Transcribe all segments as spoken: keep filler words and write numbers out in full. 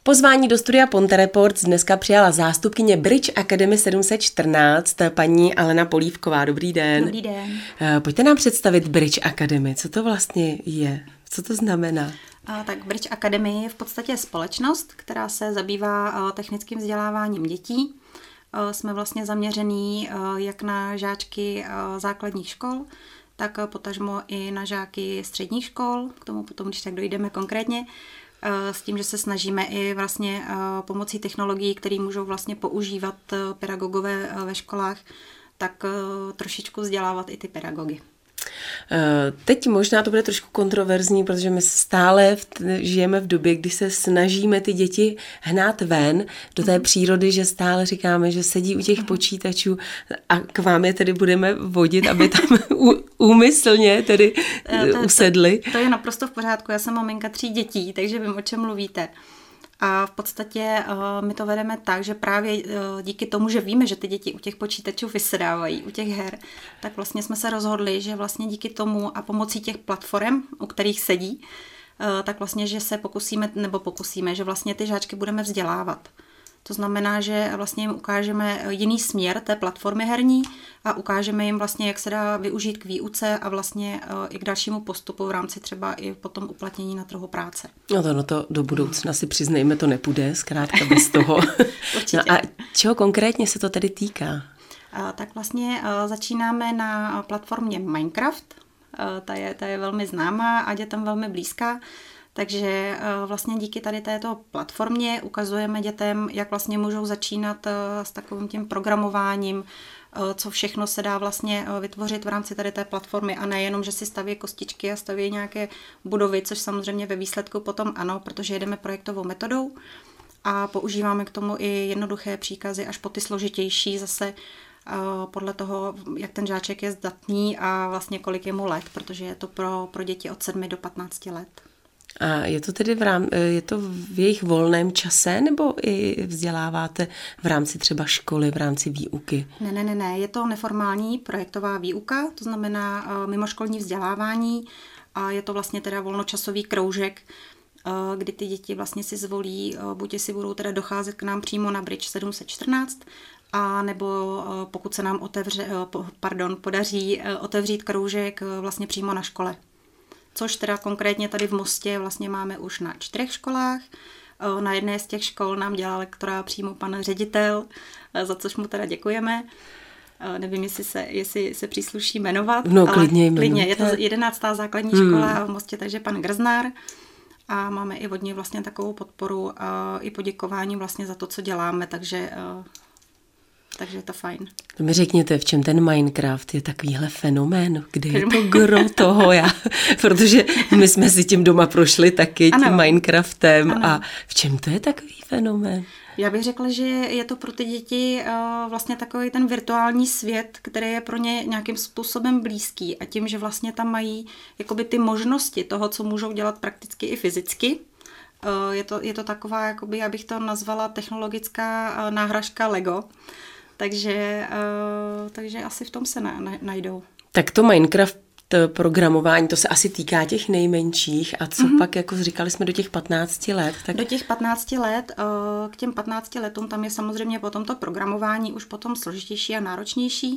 Pozvání do studia Ponte Reports dneska přijala zástupkyně Bridge Academy sedm set čtrnáct, paní Alena Polívková. Dobrý den. Dobrý den. Pojďte nám představit Bridge Academy. Co to vlastně je? Co to znamená? A, tak Bridge Academy je v podstatě společnost, která se zabývá a, technickým vzděláváním dětí. A, jsme vlastně zaměřený a, jak na žáčky a, základních škol, tak a, potažmo i na žáky středních škol. K tomu potom, když tak dojdeme konkrétně. S tím, že se snažíme i vlastně pomocí technologií, které můžou vlastně používat pedagogové ve školách, tak trošičku vzdělávat i ty pedagogy. Teď možná to bude trošku kontroverzní, protože my stále v, žijeme v době, kdy se snažíme ty děti hnát ven do té přírody, že stále říkáme, že sedí u těch počítačů a k vám je tedy budeme vodit, aby tam úmyslně tedy to, usedli. To, to je naprosto v pořádku, já jsem maminka tří dětí, takže vím, o čem mluvíte. A v podstatě uh, my to vedeme tak, že právě uh, díky tomu, že víme, že ty děti u těch počítačů vysedávají, u těch her, tak vlastně jsme se rozhodli, že vlastně díky tomu a pomocí těch platform, u kterých sedí, uh, tak vlastně, že se pokusíme, nebo pokusíme, že vlastně ty žáčky budeme vzdělávat. To znamená, že vlastně jim ukážeme jiný směr té platformy herní a ukážeme jim vlastně, jak se dá využít k výuce a vlastně i k dalšímu postupu v rámci třeba i potom uplatnění na trhu práce. No to, no to do budoucna si přiznejme, to nepůjde, zkrátka bez toho. Určitě. No a čeho konkrétně se to tedy týká? A, tak vlastně a, začínáme na platformě Minecraft. A, ta, je, ta je velmi známá a dětem velmi blízká. Takže vlastně díky tady této platformě ukazujeme dětem, jak vlastně můžou začínat s takovým tím programováním, co všechno se dá vlastně vytvořit v rámci tady té platformy a nejenom, že si staví kostičky a staví nějaké budovy, což samozřejmě ve výsledku potom ano, protože jedeme projektovou metodou a používáme k tomu i jednoduché příkazy až po ty složitější zase podle toho, jak ten žáček je zdatný a vlastně kolik je mu let, protože je to pro, pro děti od sedmi do patnácti let. A je to tedy v, rám, je to v jejich volném čase, nebo i vzděláváte v rámci třeba školy, v rámci výuky? Ne, ne, ne, ne. Je to neformální projektová výuka, to znamená uh, mimoškolní vzdělávání a je to vlastně teda volnočasový kroužek, uh, kdy ty děti vlastně si zvolí, uh, buď jestli budou teda docházet k nám přímo na Bridge sedm set čtrnáct, a nebo uh, pokud se nám otevře, uh, pardon, podaří uh, otevřít kroužek uh, vlastně přímo na škole. Což teda konkrétně tady v Mostě vlastně máme už na čtyřech školách. Na jedné z těch škol nám dělá lektora přímo pan ředitel, za což mu teda děkujeme. Nevím, jestli se, jestli se přísluší jmenovat, no, ale klidně, klidně. Je to jedenáctá základní hmm. škola v Mostě, takže pan Grznár. A máme i od něj vlastně takovou podporu a i poděkování vlastně za to, co děláme, takže... Takže je to fajn. To mi řekněte, v čem ten Minecraft je takovýhle fenomén? Kde je to gro toho? Já, protože my jsme si tím doma prošli taky, ano. tím Minecraftem. Ano. A v čem to je takový fenomén? Já bych řekla, že je to pro ty děti uh, vlastně takový ten virtuální svět, který je pro ně nějakým způsobem blízký. A tím, že vlastně tam mají jakoby ty možnosti toho, co můžou dělat prakticky i fyzicky, uh, je to, je to taková, jakoby, já bych to nazvala technologická uh, náhražka Lego. Takže, uh, takže asi v tom se na, na, najdou. Tak to Minecraft programování, to se asi týká těch nejmenších. A co mm-hmm. pak, jako říkali jsme, do těch patnácti let? Tak... Do těch patnácti let, uh, k těm patnácti letům tam je samozřejmě potom to programování už potom složitější a náročnější.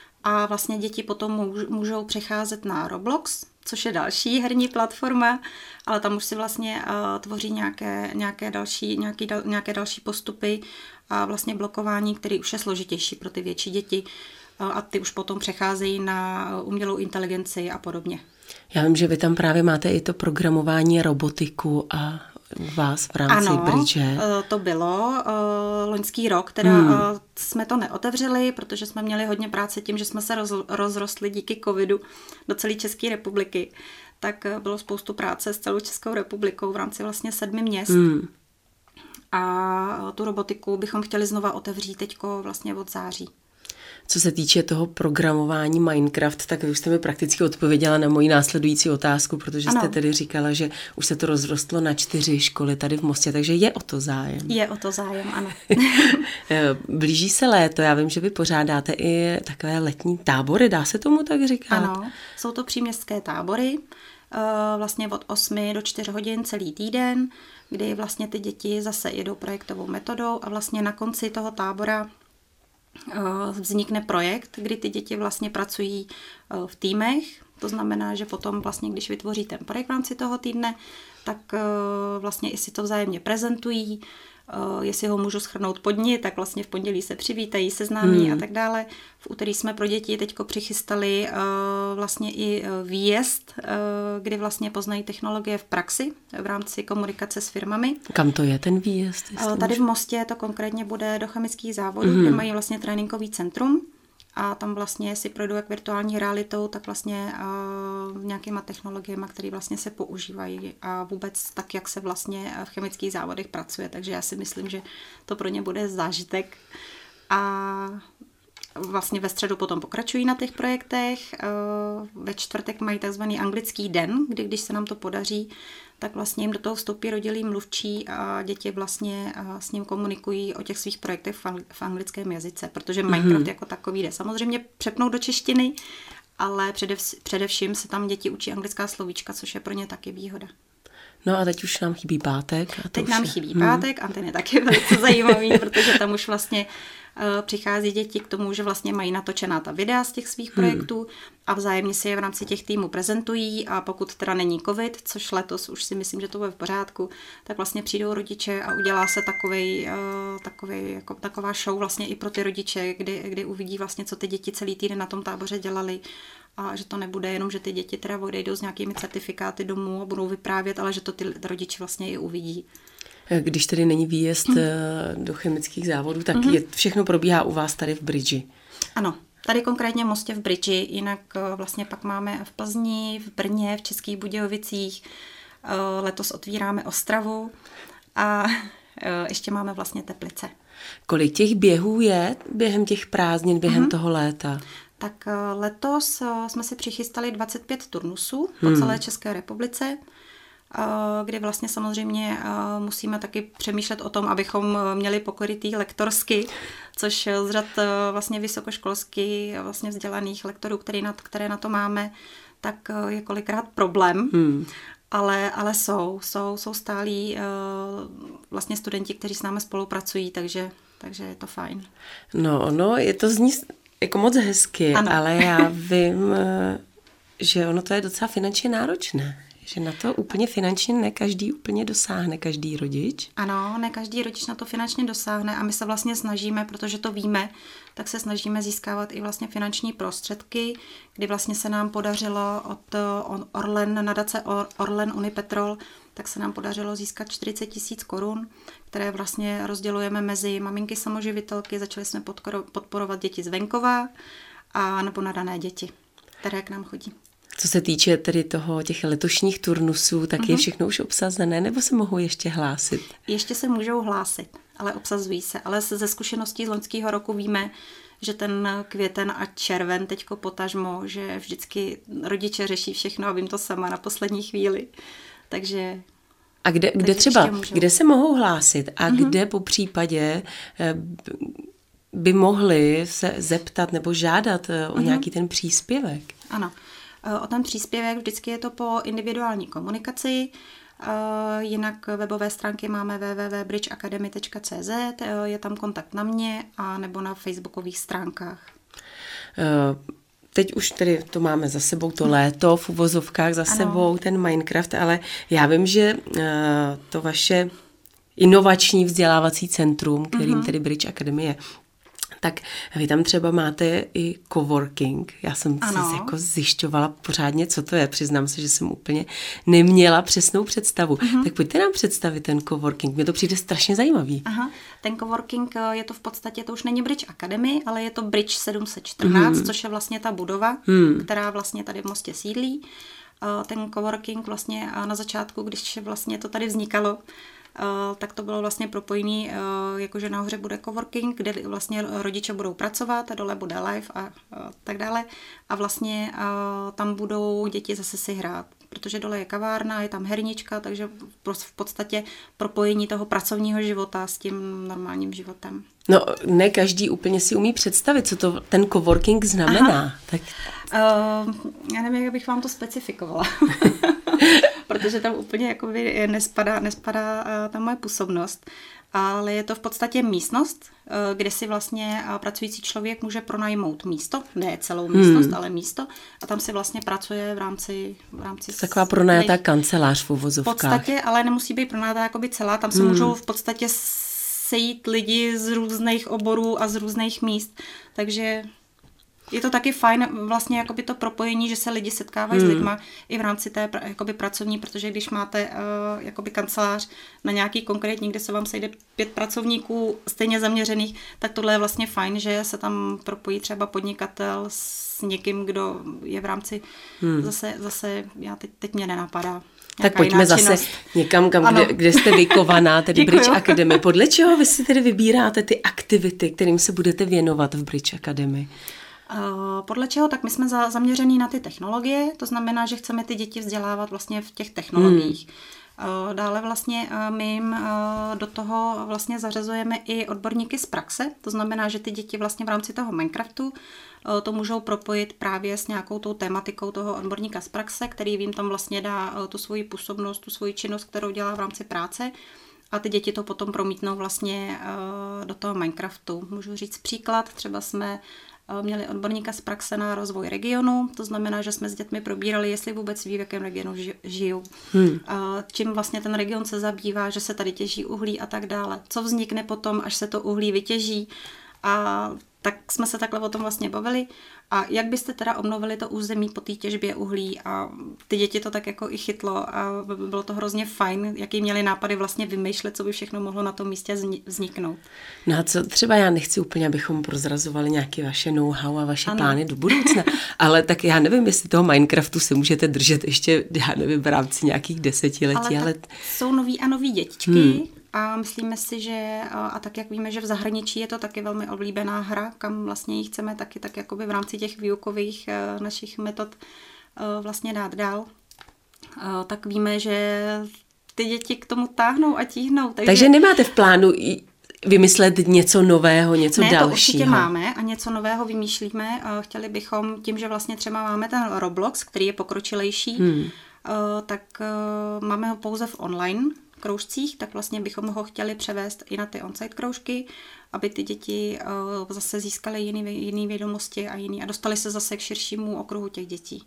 A vlastně děti potom můžou přecházet na Roblox, což je další herní platforma, ale tam už si vlastně uh, tvoří nějaké, nějaké, další, nějaký, dal, nějaké další postupy a vlastně blokování, který už je složitější pro ty větší děti uh, a ty už potom přecházejí na umělou inteligenci a podobně. Já vím, že vy tam právě máte i to programování, robotiku a u vás v rámci ano, Bridge. Ano, to bylo uh, loňský rok, teda hmm. uh, jsme to neotevřeli, protože jsme měli hodně práce tím, že jsme se roz, rozrostli díky covidu do celé České republiky, tak uh, bylo spoustu práce s celou Českou republikou v rámci vlastně sedmi měst. Hmm. A uh, tu robotiku bychom chtěli znova otevřít teďko vlastně od září. Co se týče toho programování Minecraft, tak vy už jste mi prakticky odpověděla na moji následující otázku, protože ano. jste tedy říkala, že už se to rozrostlo na čtyři školy tady v Mostě, takže je o to zájem. Je o to zájem, ano. Blíží se léto, já vím, že vy pořádáte i takové letní tábory, dá se tomu tak říkat? Ano, jsou to příměstské tábory, vlastně od osmi do čtyř hodin celý týden, kdy vlastně ty děti zase jedou projektovou metodou a vlastně na konci toho tábora vznikne projekt, kdy ty děti vlastně pracují v týmech. To znamená, že potom vlastně, když vytvoří ten projekt v rámci toho týdne, tak vlastně i si to vzájemně prezentují, jestli ho můžu shrnout pod dni, tak vlastně v pondělí se přivítají, seznámí hmm. a tak dále. V úterý jsme pro děti teďko přichystali vlastně i výjezd, kdy vlastně poznají technologie v praxi v rámci komunikace s firmami. Kam to je ten výjezd? Tady v Mostě to konkrétně bude do chemických závodů, hmm. kde mají vlastně tréninkový centrum. A tam vlastně si projdu jak virtuální realitou, tak vlastně uh, nějakýma technologiemi, které vlastně se používají a vůbec tak, jak se vlastně v chemických závodech pracuje. Takže já si myslím, že to pro ně bude zážitek. A vlastně ve středu potom pokračují na těch projektech. Uh, ve čtvrtek mají takzvaný anglický den, kdy když se nám to podaří, tak vlastně jim do toho vstoupí rodilý mluvčí a děti vlastně s ním komunikují o těch svých projektech v anglickém jazyce, protože Minecraft mm-hmm. jako takový jde samozřejmě přepnout do češtiny, ale předev, především se tam děti učí anglická slovíčka, což je pro ně taky výhoda. No a teď už nám chybí pátek. A to teď už nám je... chybí pátek hmm. a ten je taky velice zajímavý, protože tam už vlastně uh, přichází děti k tomu, že vlastně mají natočená ta videa z těch svých projektů hmm. a vzájemně si je v rámci těch týmů prezentují a pokud teda není covid, což letos už si myslím, že to bude v pořádku, tak vlastně přijdou rodiče a udělá se takovej, uh, takovej, jako, taková show vlastně i pro ty rodiče, kdy, kdy uvidí vlastně, co ty děti celý týden na tom táboře dělali. A že to nebude jenom, že ty děti teda odejdou s nějakými certifikáty domů a budou vyprávět, ale že to ty rodiče vlastně i uvidí. Když tedy není výjezd mm. do chemických závodů, tak mm-hmm. je, všechno probíhá u vás tady v Bridži. Ano, tady konkrétně v Mostě v Bridži, jinak vlastně pak máme v Plzni, v Brně, v Českých Budějovicích, letos otvíráme Ostravu a ještě máme vlastně Teplice. Kolik těch běhů je během těch prázdnin, během mm-hmm. toho léta? Tak letos jsme si přichystali dvacet pět turnusů po hmm. celé České republice, kdy vlastně samozřejmě musíme taky přemýšlet o tom, abychom měli pokrytý lektorsky, což z řad vlastně vysokoškolsky vlastně vzdělaných lektorů, který na, které na to máme, tak je kolikrát problém. Hmm. Ale, ale jsou, jsou, jsou stálí vlastně studenti, kteří s námi spolupracují, takže, takže je to fajn. No, no, je to zní jako moc hezky, ano. Ale já vím, že ono to je docela finančně náročné. Že na to úplně finančně ne každý úplně dosáhne, každý rodič. Ano, ne každý rodič na to finančně dosáhne a my se vlastně snažíme, protože to víme, tak se snažíme získávat i vlastně finanční prostředky, kdy vlastně se nám podařilo od Orlen, nadace Orlen Unipetrol, tak se nám podařilo získat čtyřicet tisíc korun, které vlastně rozdělujeme mezi maminky samoživitelky, začali jsme podporovat děti z venkova a nebo nadané děti, které k nám chodí. Co se týče tedy toho těch letošních turnusů, tak uh-huh. je všechno už obsazené, nebo se mohou ještě hlásit? Ještě se můžou hlásit, ale obsazují se. Ale ze zkušeností z loňského roku víme, že ten květen a červen teďko potažmo, že vždycky rodiče řeší všechno a vím to sama na poslední chvíli. Takže... A kde, kde třeba, kde se mohou hlásit a uh-huh. kde po případě by mohli se zeptat nebo žádat o uh-huh. nějaký ten příspěvek? Ano. O ten příspěvek vždycky je to po individuální komunikaci, jinak webové stránky máme w w w tečka bridge academy tečka c z, je tam kontakt na mě a nebo na facebookových stránkách. Teď už tedy to máme za sebou, to léto v uvozovkách za ano. sebou, ten Minecraft, ale já vím, že to vaše inovační vzdělávací centrum, kterým uh-huh. tedy Bridge Academy je, tak vy tam třeba máte i coworking. Já jsem si jako zjišťovala pořádně, co to je. Přiznám se, že jsem úplně neměla přesnou představu. Uh-huh. Tak pojďte nám představit ten coworking. Mně to přijde strašně zajímavý. Aha. Ten coworking je to v podstatě, to už není Bridge Academy, ale je to Bridge sedm set čtrnáct, uh-huh. což je vlastně ta budova, uh-huh. která vlastně tady v Mostě sídlí. Ten coworking vlastně na začátku, když vlastně to tady vznikalo, Uh, tak to bylo vlastně propojený, uh, jakože nahoře bude coworking, kde vlastně rodiče budou pracovat a dole bude live a uh, tak dále. A vlastně uh, tam budou děti zase si hrát, protože dole je kavárna, je tam hernička, takže v podstatě propojení toho pracovního života s tím normálním životem. No, ne každý úplně si umí představit, co to ten coworking znamená. Tak... Uh, já nevím, jak bych vám to specifikovala. protože tam úplně jakoby nespadá, nespadá ta moje působnost. Ale je to v podstatě místnost, kde si vlastně pracující člověk může pronajmout místo, ne celou místnost, hmm. ale místo, a tam si vlastně pracuje v rámci... V rámci taková pronajatá kancelář v uvozovkách. V podstatě, ale nemusí být pronajatá jakoby celá, tam se hmm. můžou v podstatě sejít lidi z různých oborů a z různých míst, takže... Je to taky fajn vlastně jakoby to propojení, že se lidi setkávají hmm. s lidma i v rámci té jakoby pracovní, protože když máte uh, jakoby kancelář na nějaký konkrétní, kde se vám sejde pět pracovníků stejně zaměřených, tak tohle je vlastně fajn, že se tam propojí třeba podnikatel s někým, kdo je v rámci hmm. zase, zase já teď, teď mě nenapadá. Tak pojďme zase někam, kam, kde, kde jste vykovaná, tedy Bridge Academy. Podle čeho vy si tedy vybíráte ty aktivity, kterým se budete věnovat v Bridge Academy? Podle čeho? Tak my jsme za, zaměření na ty technologie, to znamená, že chceme ty děti vzdělávat vlastně v těch technologiích. Hmm. Dále vlastně my jim do toho vlastně zařazujeme i odborníky z praxe, to znamená, že ty děti vlastně v rámci toho Minecraftu to můžou propojit právě s nějakou tou tématikou toho odborníka z praxe, který jim tam vlastně dá tu svoji působnost, tu svoji činnost, kterou dělá v rámci práce. A ty děti to potom promítnou vlastně do toho Minecraftu. Můžu říct příklad, třeba jsme měli odborníka z praxe na rozvoj regionu, to znamená, že jsme s dětmi probírali, jestli vůbec ví, v jakém regionu žijou. Hmm. Čím vlastně ten region se zabývá, že se tady těží uhlí a tak dále. Co vznikne potom, až se to uhlí vytěží. A tak jsme se takhle o tom vlastně bavili. A jak byste teda obnovili to území po té těžbě uhlí? A ty děti to tak jako i chytlo a bylo to hrozně fajn, jaký měli nápady vlastně vymýšlet, co by všechno mohlo na tom místě vzniknout. No a co třeba já nechci úplně, abychom prozrazovali nějaké vaše know-how a vaše ano. plány do budoucna, ale tak já nevím, jestli toho Minecraftu se můžete držet ještě, já nevím, v rámci nějakých desetiletí. Ale, ale... jsou noví a noví dětičky. Hmm. A myslíme si, že, a tak jak víme, že v zahraničí je to taky velmi oblíbená hra, kam vlastně ji chceme taky tak jakoby v rámci těch výukových našich metod vlastně dát dál, tak víme, že ty děti k tomu táhnou a tíhnou. Takže, takže nemáte v plánu vymyslet něco nového, něco ne, dalšího? Ne, to určitě máme a něco nového vymýšlíme. Chtěli bychom tím, že vlastně třeba máme ten Roblox, který je pokročilejší, hmm. tak máme ho pouze v online kroužcích, tak vlastně bychom ho chtěli převést i na ty on-site kroužky, aby ty děti uh, zase získaly jiný, jiný vědomosti a jiný a dostali se zase k širšímu okruhu těch dětí.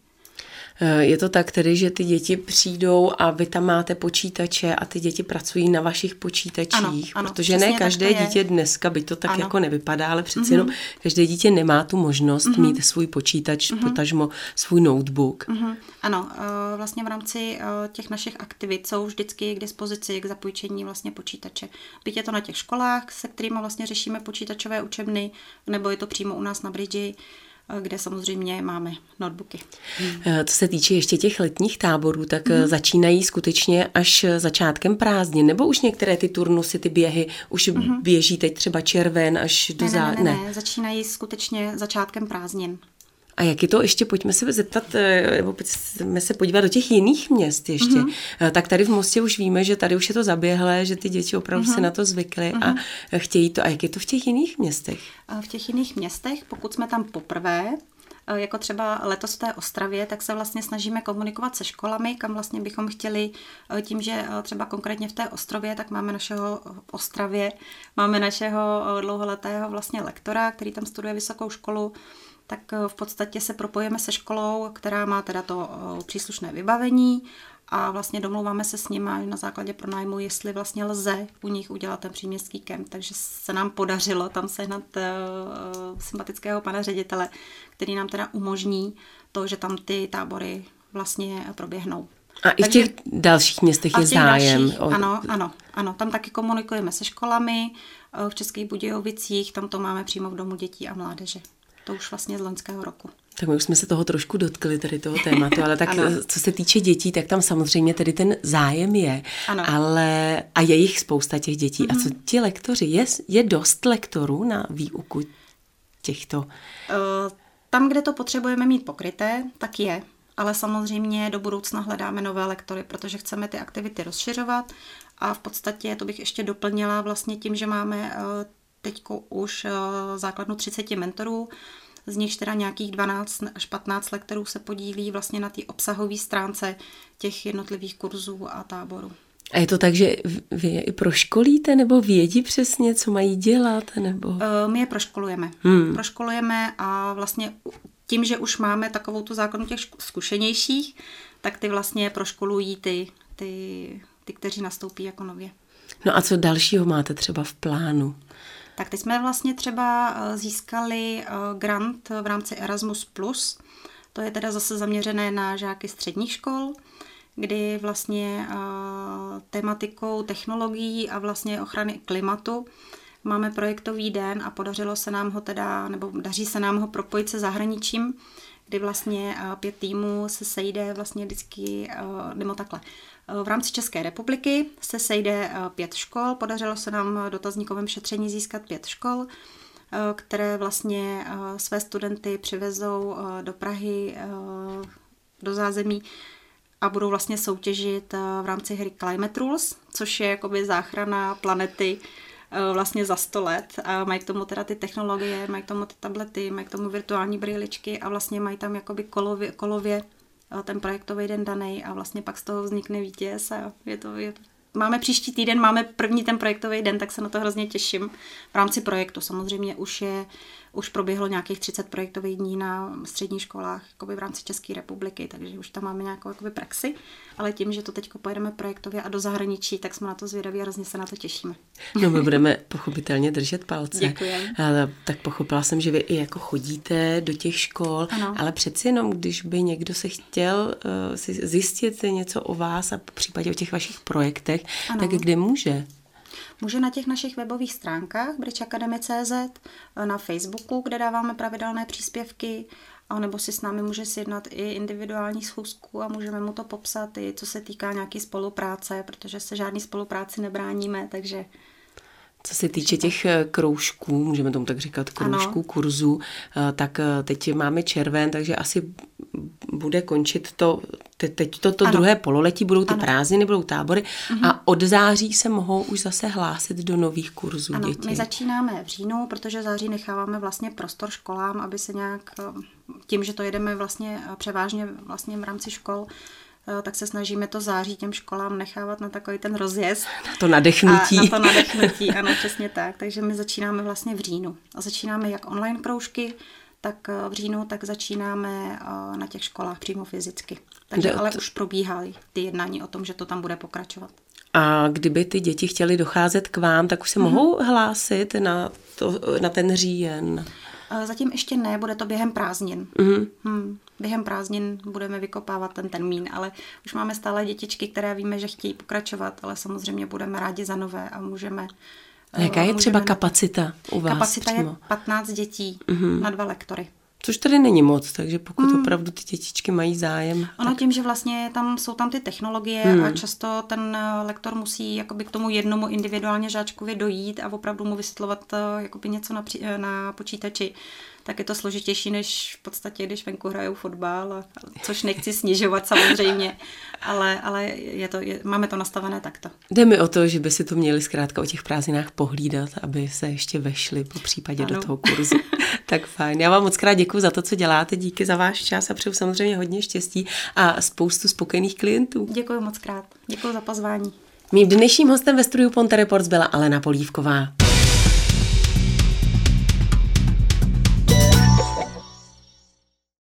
Je to tak tedy, že ty děti přijdou a vy tam máte počítače a ty děti pracují na vašich počítačích, ano, ano, protože ne každé dítě dneska, by to tak ano. jako nevypadá, ale přeci mm-hmm. jenom každé dítě nemá tu možnost mm-hmm. mít svůj počítač, mm-hmm. potažmo svůj notebook. Mm-hmm. Ano, vlastně v rámci těch našich aktivit jsou vždycky k dispozici k zapůjčení vlastně počítače. Byť je to na těch školách, se kterými vlastně řešíme počítačové učebny, nebo je to přímo u nás na Bridži, kde samozřejmě máme notebooky. Co se týče ještě těch letních táborů, tak mm. začínají skutečně až začátkem prázdnin, nebo už některé ty turnusy, ty běhy už mm. běží teď třeba červen až do září? Ne, ne, ne, ne, začínají skutečně začátkem prázdnin. A jak je to ještě, pojďme se zeptat, nebo pojďme se podívat do těch jiných měst ještě. Mm-hmm. Tak tady v Mostě už víme, že tady už je to zaběhlé, že ty děti opravdu mm-hmm. se na to zvykly mm-hmm. a chtějí to. A jak je to v těch jiných městech? V těch jiných městech, pokud jsme tam poprvé, jako třeba letos v té Ostravě, tak se vlastně snažíme komunikovat se školami, kam vlastně bychom chtěli, tím, že třeba konkrétně v té Ostrově, tak máme našeho v Ostravě, máme našeho dlouholetého vlastně lektora, který tam studuje vysokou školu, tak v podstatě se propojíme se školou, která má teda to příslušné vybavení a vlastně domlouváme se s nimi na základě pronájmu, jestli vlastně lze u nich udělat ten příměstský kemp. Takže se nám podařilo tam sehnat uh, sympatického pana ředitele, který nám teda umožní to, že tam ty tábory vlastně proběhnou. A i v těch dalších městech je zájem? Dalších, o... Ano, ano, ano. Tam taky komunikujeme se školami, v Českých Budějovicích, tam to máme přímo v Domu dětí a mládeže. To už vlastně z loňského roku. Tak my už jsme se toho trošku dotkli, tady toho tématu, ale tak co se týče dětí, tak tam samozřejmě tedy ten zájem je, ano. ale a je jich spousta těch dětí. Mm-hmm. A co ti lektoři? Je, je dost lektorů na výuku těchto? Uh, tam, kde to potřebujeme mít pokryté, tak je. Ale samozřejmě do budoucna hledáme nové lektory, protože chceme ty aktivity rozšiřovat a v podstatě to bych ještě doplnila vlastně tím, že máme uh, teďko už základnu třicet mentorů, z nichž teda nějakých dvanáct až patnáct lektorů se podílí vlastně na té obsahové stránce těch jednotlivých kurzů a táborů. A je to tak, že vy je i proškolíte, nebo vědí přesně, co mají dělat? Nebo... My je proškolujeme. Hmm. Proškolujeme a vlastně tím, že už máme takovou tu základnu těch zkušenějších, tak ty vlastně proškolují ty, ty, ty, kteří nastoupí jako nově. No a co dalšího máte třeba v plánu? Tak teď jsme vlastně třeba získali grant v rámci Erasmus plus. To je teda zase zaměřené na žáky středních škol, kdy vlastně tematikou technologií a vlastně ochrany klimatu máme projektový den a podařilo se nám ho teda, nebo daří se nám ho propojit se zahraničím, kdy vlastně pět týmů se sejde vlastně vždycky, nebo takhle. V rámci České republiky se sejde pět škol, podařilo se nám v dotazníkovém šetření získat pět škol, které vlastně své studenty přivezou do Prahy, do zázemí a budou vlastně soutěžit v rámci hry Climate Rules, což je jakoby záchrana planety vlastně za sto let. A mají k tomu teda ty technologie, mají k tomu ty tablety, mají k tomu virtuální brýličky a vlastně mají tam jakoby kolově, kolově ten projektový den daný a vlastně pak z toho vznikne vítěz a je to, je to máme příští týden, máme první ten projektový den, tak se na to hrozně těším. V rámci projektu samozřejmě už je, už proběhlo nějakých třicet projektových dní na středních školách jakoby v rámci České republiky, takže už tam máme nějakou jakoby praxi, ale tím, že to teď pojedeme projektově a do zahraničí, tak jsme na to zvědaví a hrozně se na to těšíme. No my budeme pochopitelně držet palce. Děkujem. Tak pochopila jsem, že vy i jako chodíte do těch škol, ano. Ale přeci jenom, když by někdo se chtěl uh, si zjistit něco o vás a v případě o těch vašich projektech, ano. Tak kde může? Může na těch našich webových stránkách bridge academy tečka cé zet, na Facebooku, kde dáváme pravidelné příspěvky, a nebo si s námi může sjednat i individuální schůzku a můžeme mu to popsat i co se týká nějaké spolupráce, protože se žádný spolupráci nebráníme, takže... Co se týče těch kroužků, můžeme tomu tak říkat, kroužků, ano. Kurzů, tak teď máme červen, takže asi bude končit to, teď to, to druhé pololetí, budou ty ano. prázdniny, budou tábory uh-huh. a od září se mohou už zase hlásit do nových kurzů ano, děti. My začínáme v říjnu, protože září necháváme vlastně prostor školám, aby se nějak, tím, že to jedeme vlastně převážně vlastně v rámci škol, tak se snažíme to září těm školám nechávat na takový ten rozjezd. Na to nadechnutí. A na to nadechnutí, ano, přesně tak. Takže my začínáme vlastně v říjnu. A začínáme jak online kroužky, tak v říjnu, tak začínáme na těch školách přímo fyzicky. Takže ale už probíhaly ty jednání o tom, že to tam bude pokračovat. A kdyby ty děti chtěly docházet k vám, tak už se mm-hmm. mohou hlásit na, to, na ten říjen? Zatím ještě ne, bude to během prázdnin. Mm-hmm. Hmm. Během prázdnin budeme vykopávat ten termín, ale už máme stále dětičky, které víme, že chtějí pokračovat, ale samozřejmě budeme rádi za nové a můžeme... A jaká je můžeme... třeba kapacita u vás? Kapacita přímo? je patnáct dětí mm-hmm. na dva lektory. Což tady není moc, takže pokud hmm. opravdu ty dětičky mají zájem. Ono tak... tím, že vlastně tam jsou tam ty technologie hmm. a často ten lektor musí jakoby k tomu jednomu individuálně žáčkovi dojít a opravdu mu vysvětlovat jakoby něco na, při, na počítači, tak je to složitější, než v podstatě, když venku hrajou fotbal, a, což nechci snižovat samozřejmě, ale, ale je to, je, máme to nastavené takto. Jde mi o to, že by si to měli zkrátka o těch prázdninách pohlídat, aby se ještě vešli po případě ano. do toho kurzu. Tak fajn. Já vám moc krát děkuji za to, co děláte, díky za váš čas a přeju samozřejmě hodně štěstí a spoustu spokojených klientů. Děkuji moc krát. Děkuji za pozvání. Mým dnešním hostem ve studiu Ponte Reports byla Alena Polívková.